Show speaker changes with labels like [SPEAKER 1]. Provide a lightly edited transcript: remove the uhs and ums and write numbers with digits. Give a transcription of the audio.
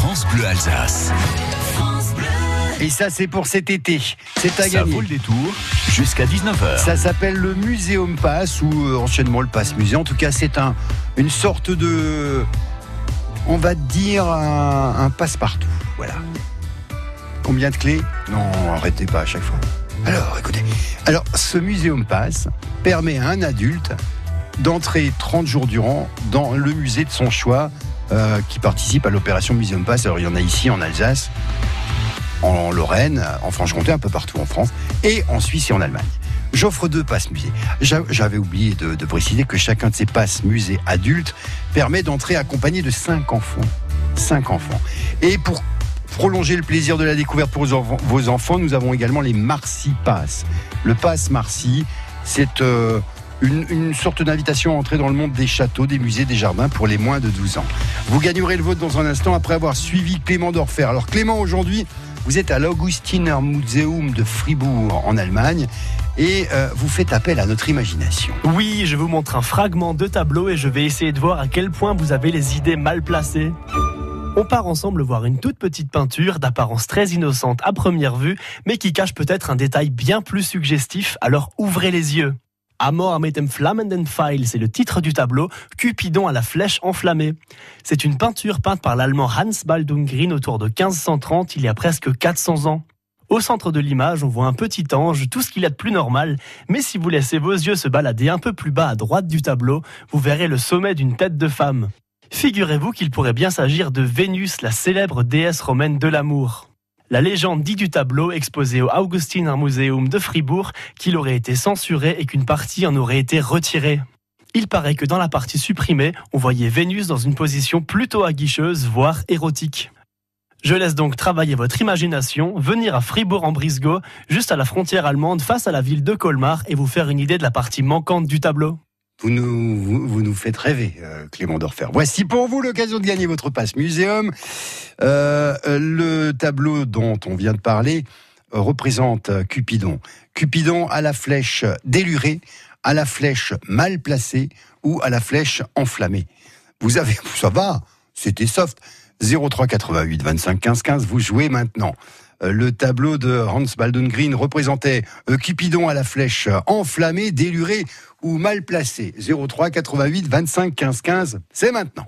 [SPEAKER 1] France Bleu Alsace.
[SPEAKER 2] Et ça, c'est pour cet été. C'est à
[SPEAKER 1] Ça
[SPEAKER 2] gagner.
[SPEAKER 1] vaut le détour jusqu'à 19h.
[SPEAKER 2] Ça s'appelle le Muséum Pass ou anciennement le Pass Musée. En tout cas, c'est une sorte de, on va dire, un passe-partout. Voilà. Combien de clés ? Non, arrêtez pas à chaque fois. Alors, écoutez. Alors, ce Muséum Pass permet à un adulte d'entrer 30 jours durant dans le musée de son choix qui participe à l'opération Muséum Pass. Alors, il y en a ici en Alsace, en Lorraine, en Franche-Comté, un peu partout en France, et en Suisse et en Allemagne. J'offre 2 passes musées. J'avais oublié de préciser que chacun de ces passes musées adultes permet d'entrer accompagné de 5 enfants. 5 enfants. Et pour prolonger le plaisir de la découverte pour vos enfants, nous avons également les Marcy Pass. Le Pass Marcy, c'est une sorte d'invitation à entrer dans le monde des châteaux, des musées, des jardins pour les moins de 12 ans. Vous gagnerez le vôtre dans un instant après avoir suivi Clément Dorfer. Alors Clément, aujourd'hui, vous êtes à l'Augustiner Museum de Fribourg en Allemagne et vous faites appel à notre imagination.
[SPEAKER 3] Oui, je vous montre un fragment de tableau et je vais essayer de voir à quel point vous avez les idées mal placées. On part ensemble voir une toute petite peinture d'apparence très innocente à première vue, mais qui cache peut-être un détail bien plus suggestif, alors ouvrez les yeux. Amor mit dem flammenden Pfeil, c'est le titre du tableau, Cupidon à la flèche enflammée. C'est une peinture peinte par l'allemand Hans Baldung Grien autour de 1530, il y a presque 400 ans. Au centre de l'image, on voit un petit ange, tout ce qu'il y a de plus normal, mais si vous laissez vos yeux se balader un peu plus bas à droite du tableau, vous verrez le sommet d'une tête de femme. Figurez-vous qu'il pourrait bien s'agir de Vénus, la célèbre déesse romaine de l'amour. La légende dit du tableau, exposé au Augustiner Museum de Fribourg, qu'il aurait été censuré et qu'une partie en aurait été retirée. Il paraît que dans la partie supprimée, on voyait Vénus dans une position plutôt aguicheuse, voire érotique. Je laisse donc travailler votre imagination, venir à Fribourg-en-Brisgau, juste à la frontière allemande, face à la ville de Colmar, et vous faire une idée de la partie manquante du tableau.
[SPEAKER 2] Vous nous faites rêver, Clément Dorfer. Voici pour vous l'occasion de gagner votre passe muséum. Le tableau dont on vient de parler représente Cupidon. Cupidon à la flèche délurée, à la flèche mal placée ou à la flèche enflammée. Vous avez, ça va, c'était soft. 03 88 25 15 15, vous jouez maintenant. Le tableau de Hans Baldung Grien représentait Cupidon à la flèche enflammée, délurée ou mal placée. 03 88 25 15 15, c'est maintenant.